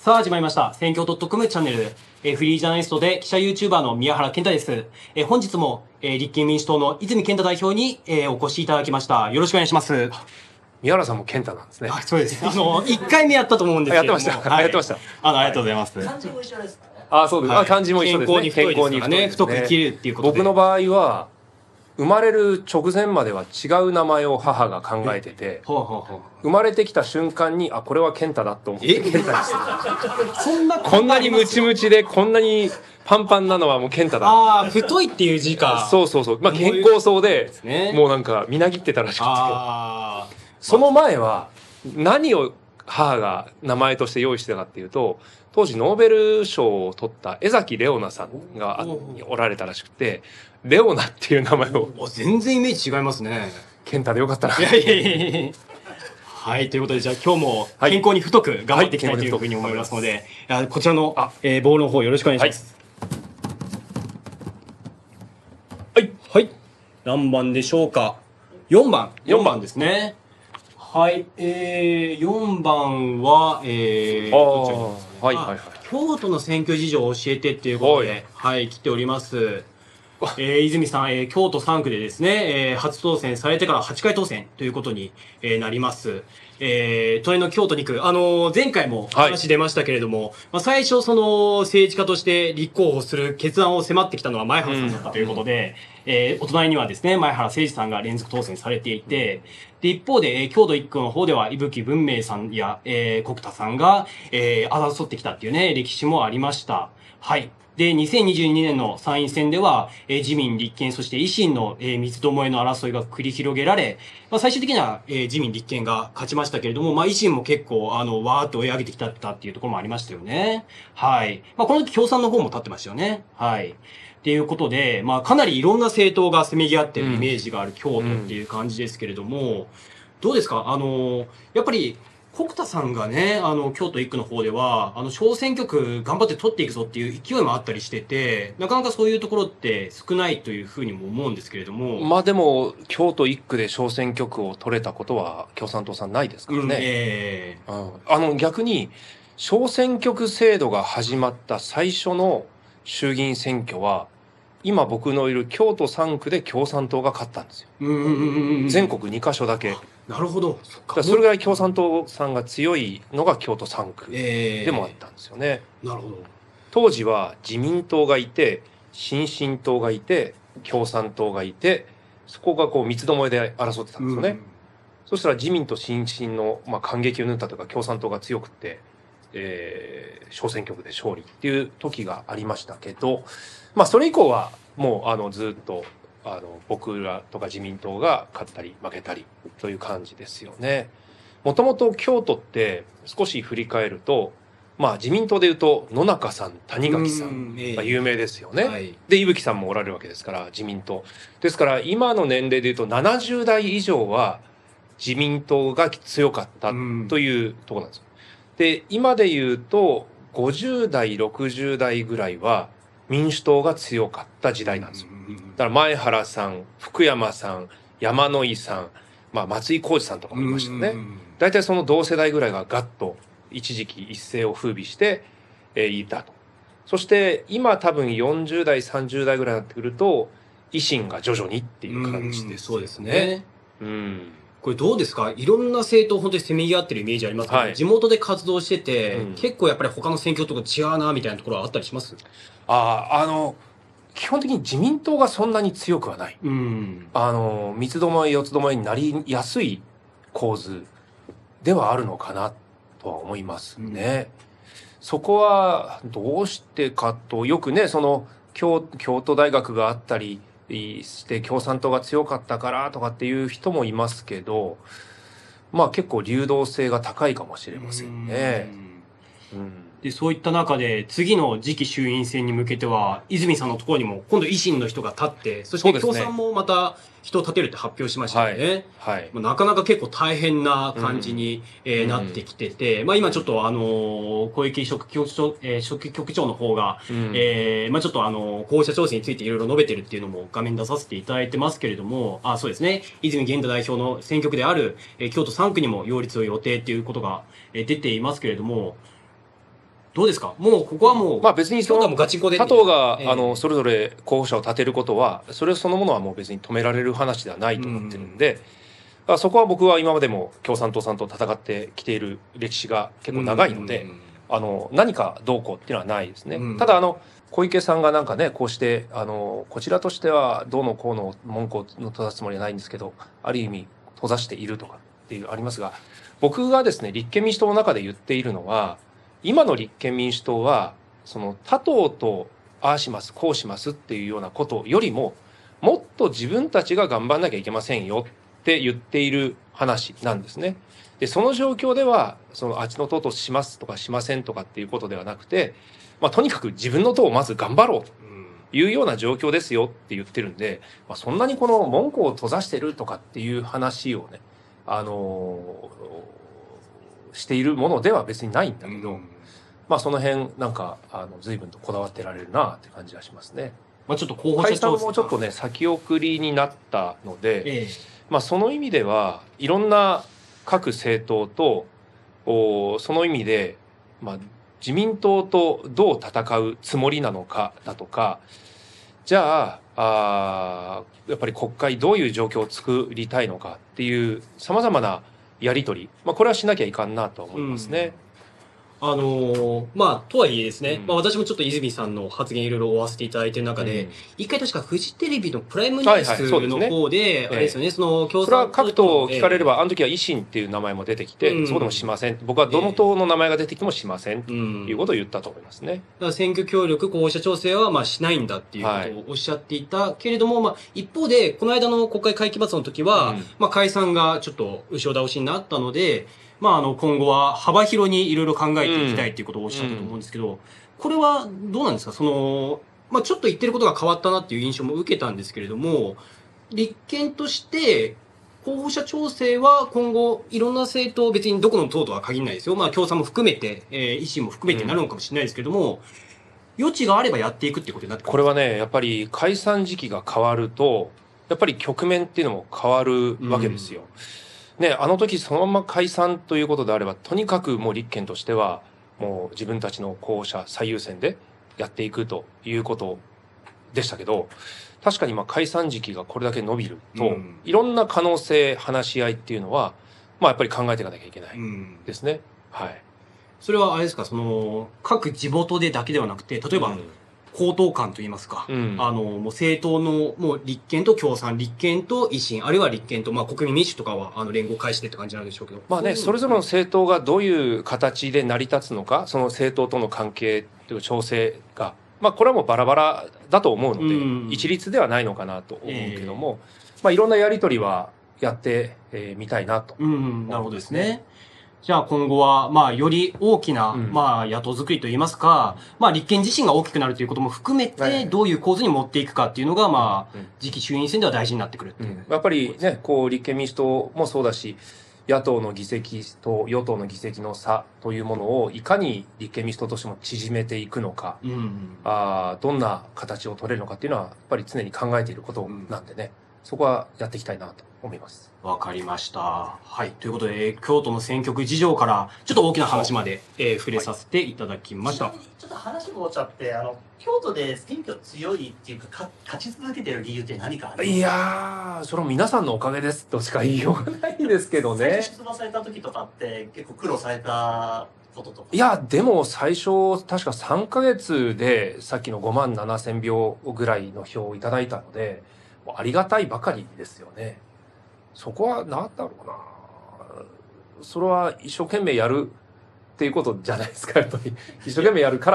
さあ始まりました。選挙 .com チャンネル。フリージャーナリストで記者 YouTuber の宮原健太です。本日も、立憲民主党の泉健太代表に、お越しいただきました。よろしくお願いします。 宮原さんも健太なんですね。 そうです。1回目やったと思うんですけども。 やってました。やってました。 ありがとうございます。 漢字も一緒ですかね。 そうです。漢字も一緒ですね。 健康に太いですからね。太く生きるっていうことで。 僕の場合は、生まれる直前までは違う名前を母が考えてて、生まれてきた瞬間に、これは健太だと思って健太にしてこんなにムチムチで、こんなにパンパンなのはもう健太だ。 太いっていう字か。 そう。健康そうで、もうなんかみなぎってたらしくて。その前は、何を母が名前として用意してたかっていうと、当時ノーベル賞を取った江崎レオナさんがおられたらしくて、レオナっていう名前を。 全然イメージ違いますね。 健太でよかったな。 いや。はい、ということで、じゃあ今日も健康に太く頑張っていきたいというふうに思いますので、こちらの、ボールの方よろしくお願いします。はい。何番でしょうか。4番ですね。はい、4番は、京都の選挙事情を教えてっていうことで、来ております。泉さん、京都3区でですね、初当選されてから8回当選ということに、なります。隣の京都2区、前回も話出ましたけれども、最初政治家として立候補する決断を迫ってきたのは前原さんだったということで、お隣にはですね、前原誠司さんが連続当選されていて、で、一方で、京都1区の方では、伊吹文明さんや、国田さんが、争ってきたっていうね、歴史もありました。はい。で、2022年の参院選では、自民、立憲、そして維新の、三つどもえの争いが繰り広げられ、最終的には、自民、立憲が勝ちましたけれども、維新も結構、わーっと追い上げてきたっていうところもありましたよね。はい。この時共産の方も立ってましたよね。はい。っていうことで、かなりいろんな政党がせめぎ合ってるイメージがある京都っていう感じですけれども、どうですかやっぱり、国田さんがね、京都1区の方では、小選挙区頑張って取っていくぞっていう勢いもあったりしてて、なかなかそういうところって少ないというふうにも思うんですけれども。 でも、京都1区で小選挙区を取れたことは共産党さんないですからね。逆に、小選挙区制度が始まった最初の衆議院選挙は、今僕のいる京都3区で共産党が勝ったんですよ。全国2カ所だけ。 なるほど。 それぐらい共産党さんが強いのが京都3区でもあったんですよね。 なるほど。 当時は自民党がいて、新進党がいて、共産党がいて、そこが三つどもえで争ってたんですよね。そしたら自民と新進の、感激を縫ったというか共産党が強くて、小選挙区で勝利っていう時がありましたけど、それ以降はもうずっと僕らとか自民党が勝ったり負けたりという感じですよね。もともと京都って少し振り返ると、自民党でいうと野中さん、谷垣さんが有名ですよね。で、伊吹さんもおられるわけですから自民党ですから、今の年齢でいうと70代以上は自民党が強かったというところなんですよ。で、今で言うと50代60代ぐらいは民主党が強かった時代なんですよ。だから前原さん、福山さん、山野井さん、松井浩二さんとかもいましたね。大体その同世代ぐらいがガッと一時期一世を風靡して、いたと。そして今多分40代、30代ぐらいになってくると、維新が徐々にっていう感じです、 そうですね。これどうですか？いろんな政党本当にせめぎ合ってるイメージありますけど、地元で活動してて、結構やっぱり他の選挙とか違うなみたいなところはあったりします？ 基本的に自民党がそんなに強くはない。三つどもえ四つどもえになりやすい構図ではあるのかなとは思いますね。そこはどうしてかと、よくね、京都大学があったりして共産党が強かったからとかっていう人もいますけど、結構流動性が高いかもしれませんね。 で、そういった中で、次の次期衆院選に向けては、泉さんのところにも、今度維新の人が立って、そして共産もまた人を立てるって発表しましたよね。なかなか結構大変な感じに、なってきてて、今ちょっと小池書記局長の方が、ちょっと候補者調整についていろいろ述べてるっていうのも画面出させていただいてますけれども、そうですね、泉健太代表の選挙区である、京都3区にも擁立を予定っていうことが、出ていますけれども、 どうですか、もうここはもう、 まあ別にその京都はもうガチンコで他党が、 ええそれぞれ候補者を立てることはそれそのものはもう別に止められる話ではないと思ってるんで、そこは僕は今までも共産党さんと戦ってきている歴史が結構長いので、何かどうこうっていうのはないですね。ただ小池さんがなんかねこうしてこちらとしてはどうのこうの文句を閉ざすつもりはないんですけど、ある意味閉ざしているとかっていうありますが、僕がですね立憲民主党の中で言っているのは、今の立憲民主党はその他党とああしますこうしますっていうようなことよりも、もっと自分たちが頑張んなきゃいけませんよって言っている話なんですね。でその状況ではそのあっちの党としますとかしませんとかっていうことではなくて、とにかく自分の党をまず頑張ろうというような状況ですよって言ってるんで、そんなにこの門戸を閉ざしてるとかっていう話をねしているものでは別にないんだけど、その辺なんか随分とこだわってられるなって感じがしますね。 ちょっと候補者解散もちょっとね先送りになったので、その意味ではいろんな各政党とその意味で、自民党とどう戦うつもりなのかだとか、じゃあやっぱり国会どういう状況を作りたいのかっていうさまざまなやり取り、これはしなきゃいかんなと思いますね。 とはいえですね、私もちょっと泉さんの発言いろいろ追わせていただいている中で、一回確かフジテレビのプライムニュースの方で、あれですよね、その共産党。 それは各党聞かれれば、あの時は維新っていう名前も出てきて、そうでもしません。僕はどの党の名前が出てきてもしませんということを言ったと思いますね。 だから選挙協力、候補者調整はしないんだっていうことをおっしゃっていたけれども、一方で、この間の国会会期末の時は、解散がちょっと後ろ倒しになったので、今後は幅広にいろいろ考えていきたいっていうことをおっしゃったと思うんですけど、これはどうなんですか、ちょっと言ってることが変わったなっていう印象も受けたんですけれども、立憲として候補者調整は今後いろんな政党、別にどこの党とは限らないですよ。共産も含めて、維新も含めてなるのかもしれないですけれども、余地があればやっていくってことになってくる。 これはね、やっぱり解散時期が変わると、やっぱり局面っていうのも変わるわけですよ。ね、あの時そのまま解散ということであれば、とにかくもう立憲としては、もう自分たちの候補者最優先でやっていくということでしたけど、確かに解散時期がこれだけ伸びると、いろんな可能性、話し合いっていうのは、やっぱり考えていかなきゃいけないですね。はい。 それはあれですか、各地元でだけではなくて、例えば、公党間といいますか、もう政党の、もう立憲と共産、立憲と維新、あるいは立憲と、国民民主とかは、連合介してって感じなんでしょうけど。 それぞれの政党がどういう形で成り立つのか、その政党との関係という調整が、これはもうバラバラだと思うので、一律ではないのかなと思うけども、いろんなやり取りはやってみたいなと。 なるほどですね。じゃあ今後は、より大きな、野党作りといいますか、立憲自身が大きくなるということも含めて、どういう構図に持っていくかっていうのが、次期衆院選では大事になってくるっていう。 やっぱりね、立憲民主党もそうだし、野党の議席と与党の議席の差というものをいかに立憲民主党としても縮めていくのか、どんな形を取れるのかっていうのは、やっぱり常に考えていることなんでね、そこはやっていきたいなと思います。 わかりました。はい。ということで、京都の選挙区事情から、ちょっと大きな話まで、触れさせていただきました。 ちょっと話戻っちゃって、京都で選挙強いっていうか、勝ち続けてる理由って何かありますか？ いやー、それも皆さんのおかげですとしか言いようがないんですけどね。 最初出馬された時とかって結構苦労されたこととか。 いや、でも最初、確か3ヶ月でさっきの57,000票ぐらいの票をいただいたので、ありがたいばかりですよね。そこは何だろうな。それは一生懸命やるっていうことじゃないですか、やっぱり。一生懸命やるから、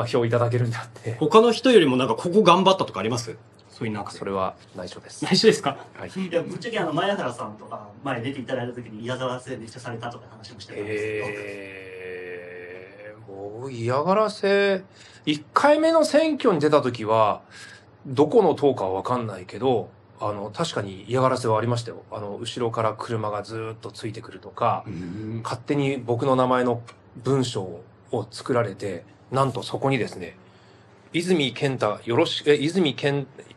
票いただけるんだって。 他の人よりもここ頑張ったとかあります？そういうそれは内緒です。 内緒ですか？ はい。いや、ぶっちゃけ前原さんとか、前出ていただいた時に嫌がらせでされたとか話もしてたんですけど。 もう嫌がらせ、1回目の選挙に出た時は、どこの党かはわかんないけど、確かに嫌がらせはありましたよ。後ろから車がずっとついてくるとか、勝手に僕の名前の文章を作られて、なんとそこにですね、泉健太よろし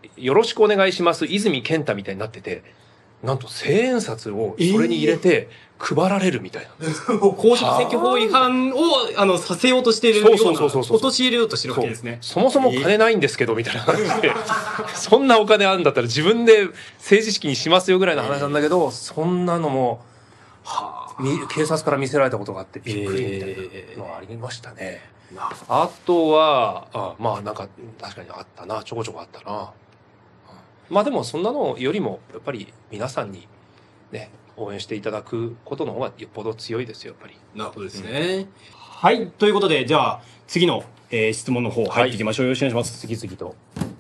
くお願いします、泉健太みたいになってて、なんと千円札をそれに入れて、 配られるみたいな。 公職選挙法違反をさせようとしているような、陥れようとしてるわけですね。 そもそも金ないんですけどみたいな話で、そんなお金あるんだったら自分で政治資金にしますよぐらいの話なんだけど、そんなのも警察から見せられたことがあってびっくりみたいなのがありましたね。あとはまあなんか確かにあったな、ちょこちょこあったな。まあでもそんなのよりもやっぱり皆さんにね応援していただくことの方がよっぽど強いですよ、やっぱり。 なるほどですね。はい、ということでじゃあ次の、質問の方入っていきましょう。よろしくお願いします。 次々と。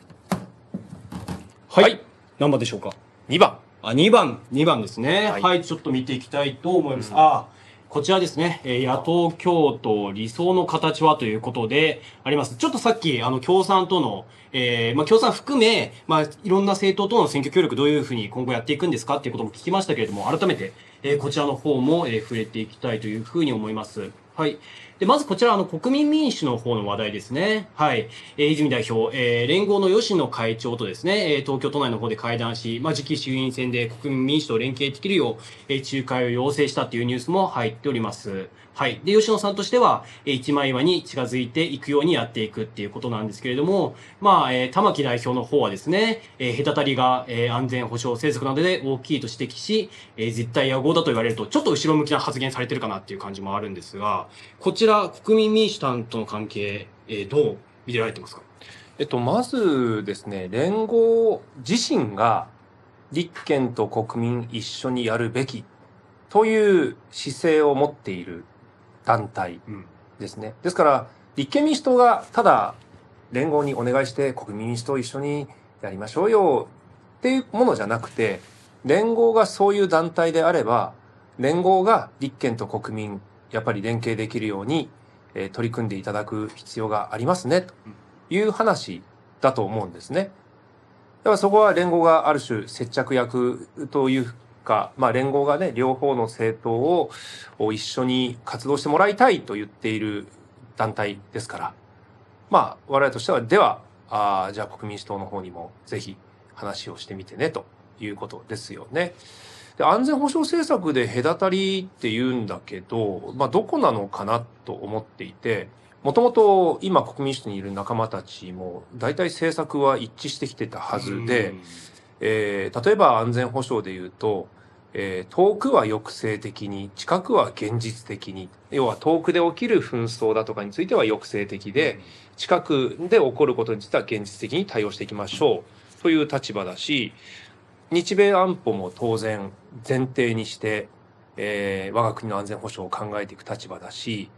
はい、何番でしょうか。 2番。 2番ですね。はい、ちょっと見ていきたいと思います。こちらですね、野党共闘理想の形はということであります。ちょっとさっき共産との、共産含め、いろんな政党との選挙協力どういうふうに今後やっていくんですかっていうことも聞きましたけれども、改めて、こちらの方も、触れていきたいというふうに思います。はい。で、まずこちら、国民民主の方の話題ですね。はい。泉代表、連合の吉野会長とですね、東京都内の方で会談し、次期衆院選で国民民主と連携できるよう、仲介を要請したっていうニュースも入っております。はい。で、吉野さんとしては、一枚岩に近づいていくようにやっていくっていうことなんですけれども、玉木代表の方はですね、隔たりが、安全保障政策などで大きいと指摘し、絶対野合だと言われると、ちょっと後ろ向きな発言されてるかなっていう感じもあるんですが、こちら、国民民主党との関係、どう見てられてますか？ まずですね、連合自身が立憲と国民一緒にやるべきという姿勢を持っている団体ですね。ですから、立憲民主党がただ連合にお願いして国民民主党一緒にやりましょうよっていうものじゃなくて、連合がそういう団体であれば、連合が立憲と国民、やっぱり連携できるように取り組んでいただく必要がありますねという話だと思うんですね。だからそこは連合がある種接着役というか、連合がね、両方の政党を一緒に活動してもらいたいと言っている団体ですから、我々としては、では、じゃあ国民主党の方にもぜひ話をしてみてねということですよね。で、安全保障政策で隔たりって言うんだけど、どこなのかなと思っていて、もともと今国民主党にいる仲間たちも大体政策は一致してきてたはずで、例えば安全保障で言うと、遠くは抑制的に、近くは現実的に、要は遠くで起きる紛争だとかについては抑制的で、近くで起こることについては現実的に対応していきましょうという立場だし、日米安保も当然前提にして、我が国の安全保障を考えていく立場だし、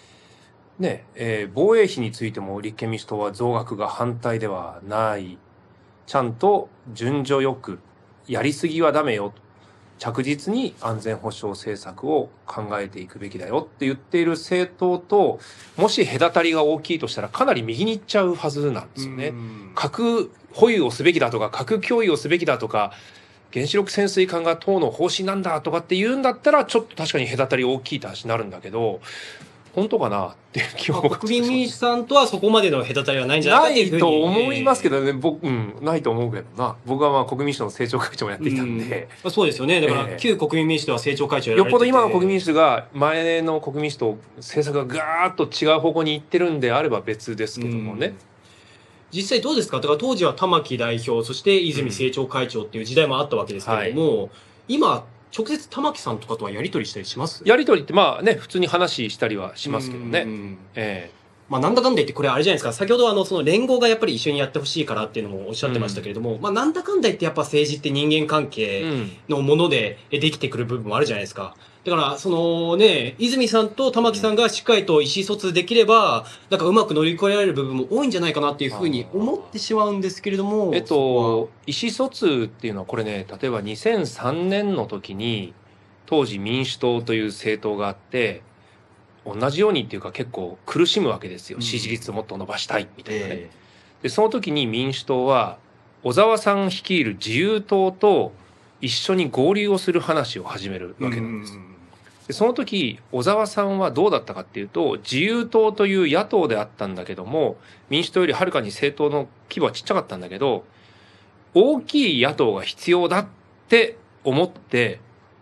防衛費についても立憲民主党は増額が反対ではない。ちゃんと順序よく、やりすぎはダメよ。着実に安全保障政策を考えていくべきだよって言っている政党と、もし隔たりが大きいとしたらかなり右に行っちゃうはずなんですよね。核保有をすべきだとか、核脅威をすべきだとか、原子力潜水艦が党の方針なんだとかって言うんだったら、ちょっと確かに隔たり大きい話になるんだけど、本当かなっていう気も。 国民民主さんとはそこまでの隔たりはないんじゃないかというふうに。 ないと思いますけどね、ないと思うけどな。僕は国民主党の政調会長もやってきたんで。 そうですよね。だから、旧国民民主党は政調会長やられてて、 よっぽど今の国民民主が前の国民主党政策がガーッと違う方向に行ってるんであれば別ですけどもね。 実際どうですか？だから当時は玉木代表、そして泉政調会長っていう時代もあったわけですけれども、今、直接玉木さんとかとはやり取りしたりします？ やり取りって普通に話したりはしますけどね。 なんだかんだ言ってこれあれじゃないですか。先ほどその連合がやっぱり一緒にやってほしいからっていうのもおっしゃってましたけれども、なんだかんだ言ってやっぱ政治って人間関係のものでできてくる部分もあるじゃないですか。だから泉さんと玉木さんがしっかりと意思疎通できれば、なんかうまく乗り越えられる部分も多いんじゃないかなっていうふうに思ってしまうんですけれども。 意思疎通っていうのはこれね、例えば2003年の時に当時民主党という政党があって、同じようにっていうか結構苦しむわけですよ。支持率をもっと伸ばしたいみたいなね。で、その時に民主党は小沢さん率いる自由党と一緒に合流をする話を始めるわけなんです。で、その時小沢さんはどうだったかっていうと、自由党という野党であったんだけども、民主党よりはるかに政党の規模はちっちゃかったんだけど、大きい野党が必要だって思って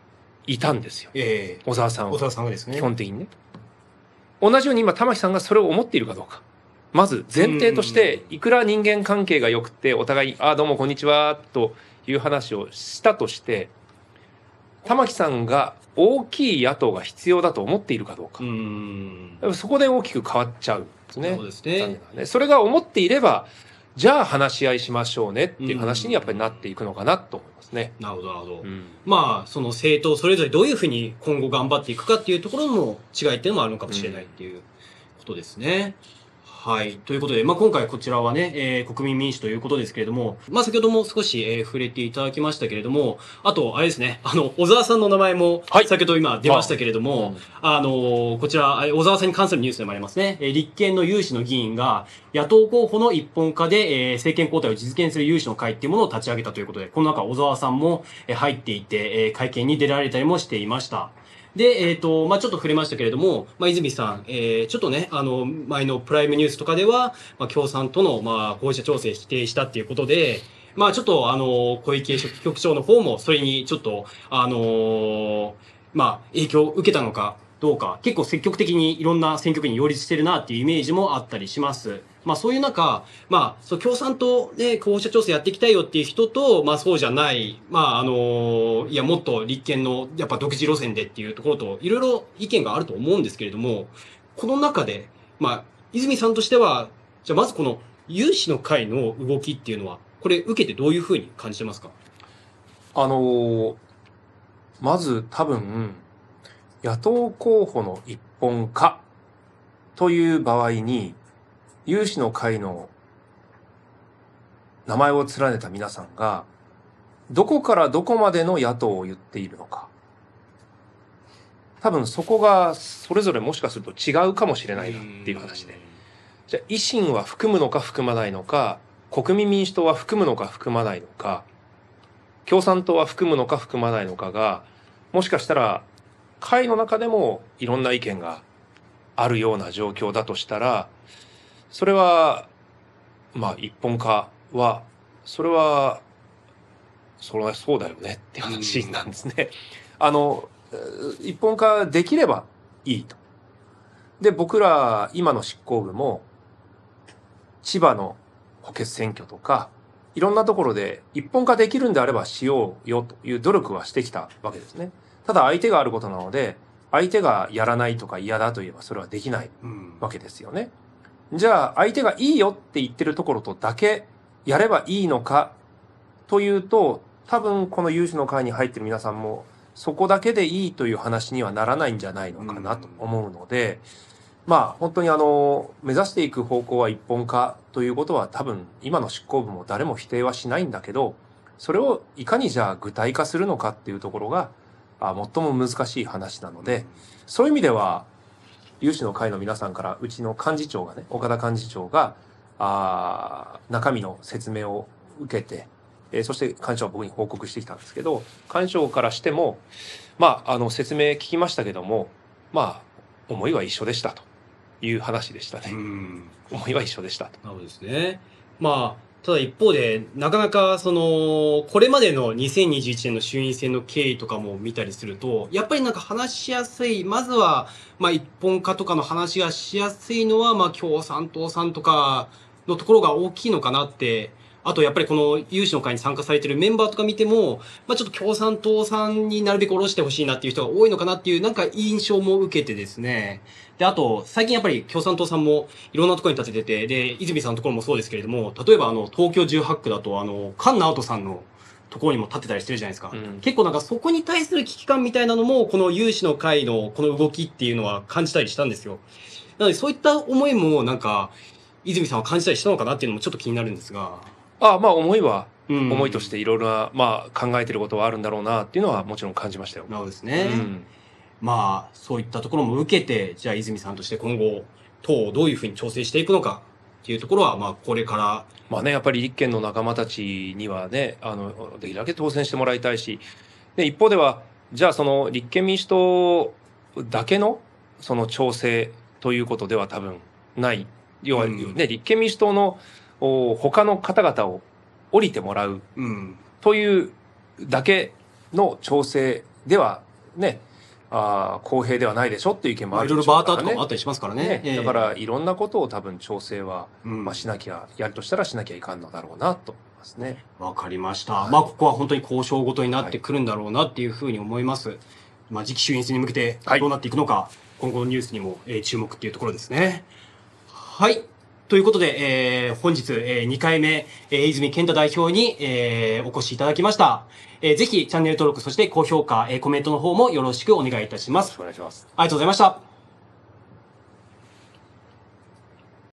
いたんですよ。小沢さんは。 小沢さんがですね。 基本的にね。同じように今、玉木さんがそれを思っているかどうか。まず前提として、いくら人間関係が良くて、お互い、どうもこんにちは、という話をしたとして、玉木さんが大きい野党が必要だと思っているかどうか。そこで大きく変わっちゃうんですね。 そうですね。 それが思っていれば、じゃあ話し合いしましょうねっていう話にやっぱりなっていくのかなと思いますね。 なるほど、なるほど。まあ、その政党それぞれどういうふうに今後頑張っていくかっていうところの違いっていうのもあるのかもしれないっていうことですね。はい。ということで、まあ、今回こちらはね、国民民主ということですけれども、まあ、先ほども少し、触れていただきましたけれども、あと、あれですね、小沢さんの名前も、先ほど今出ましたけれども、こちら、小沢さんに関するニュースでもありますね、立憲の有志の議員が、野党候補の一本化で、政権交代を実現する有志の会っていうものを立ち上げたということで、この中、小沢さんも入っていて、会見に出られたりもしていました。で、まあ、ちょっと触れましたけれども、まあ、泉さん、ちょっとね、前のプライムニュースとかでは、まあ、共産との、まあ、候補者調整否定したっていうことで、まあ、ちょっと、小池局長の方も、それに、ちょっと、まあ、影響を受けたのかどうか、結構積極的にいろんな選挙区に擁立してるなっていうイメージもあったりします。まあそういう中、まあ、共産党で候補者調整やっていきたいよっていう人と、まあそうじゃない、まあいやもっと立憲のやっぱ独自路線でっていうところと、いろいろ意見があると思うんですけれども、この中で、まあ、泉さんとしては、じゃあまずこの有志の会の動きっていうのは、これ受けてどういうふうに感じてますか？ まず多分、野党候補の一本化という場合に、有志の会の名前を連ねた皆さんが、どこからどこまでの野党を言っているのか。多分そこがそれぞれもしかすると違うかもしれないなっていう話で。じゃあ維新は含むのか含まないのか、国民民主党は含むのか含まないのか、共産党は含むのか含まないのかが、もしかしたら会の中でもいろんな意見があるような状況だとしたら、それは、まあ一本化は、それはそうだよねっていう話なんですね。一本化できればいいと。で、僕ら今の執行部も、千葉の補欠選挙とか、いろんなところで一本化できるんであればしようよという努力はしてきたわけですね。ただ相手があることなので、相手がやらないとか嫌だといえばそれはできないわけですよね。じゃあ相手がいいよって言ってるところとだけやればいいのかというと、多分この有志の会に入ってる皆さんもそこだけでいいという話にはならないんじゃないのかなと思うので、まあ本当に目指していく方向は一本化ということは多分今の執行部も誰も否定はしないんだけど、それをいかにじゃあ具体化するのかっていうところが最も難しい話なので、そういう意味では有志の会の皆さんからうちの幹事長がね、岡田幹事長が中身の説明を受けて、そして幹事長は僕に報告してきたんですけど、幹事長からしてもまあ説明聞きましたけども、まあ思いは一緒でしたという話でしたね。思いは一緒でしたと。 なるほどですね。まあただ一方で、なかなかこれまでの2021年の衆院選の経緯とかも見たりすると、やっぱりなんか話しやすい、まずは、まあ一本化とかの話がしやすいのは、まあ共産党さんとかのところが大きいのかなって、あとやっぱりこの有志の会に参加されてるメンバーとか見ても、まあちょっと共産党さんになるべく下ろしてほしいなっていう人が多いのかなっていうなんか印象も受けてですね。で、あと、最近やっぱり共産党さんもいろんなところに立ててて、で、泉さんのところもそうですけれども、例えば東京18区だと菅直人さんのところにも立てたりしてるじゃないですか。結構なんかそこに対する危機感みたいなのも、この有志の会のこの動きっていうのは感じたりしたんですよ。なのでそういった思いもなんか、泉さんは感じたりしたのかなっていうのもちょっと気になるんですが。 まあ思いとしていろいろな、まあ考えてることはあるんだろうなっていうのはもちろん感じましたよ。 なるほどですね。まあ、そういったところも受けて、じゃあ泉さんとして今後、党をどういうふうに調整していくのかっていうところは、まあこれから。 まあね、やっぱり立憲の仲間たちにはね、できるだけ当選してもらいたいし、で、一方では、じゃあその立憲民主党だけのその調整ということでは多分ない。要はね、立憲民主党の他の方々を降りてもらうというだけの調整ではね、公平ではないでしょっていう意見もあいろいろるでしょうからねバーターとかもあったりしますからね。 だからいろんなことを多分調整は、 うんしなきゃ、やるとしたらしなきゃいかんのだろうなと思いますね。 わかりました。まあ、ここは本当に交渉ごとになってくるんだろうなっていうふうに思います。まあ、次期衆院選に向けてどうなっていくのか、今後のニュースにも注目っていうところですね。はい。ということで、本日、2回目、泉健太代表に、お越しいただきました。ぜひチャンネル登録、そして高評価、コメントの方もよろしくお願いいたします。 お願いします。 ありがとうございました。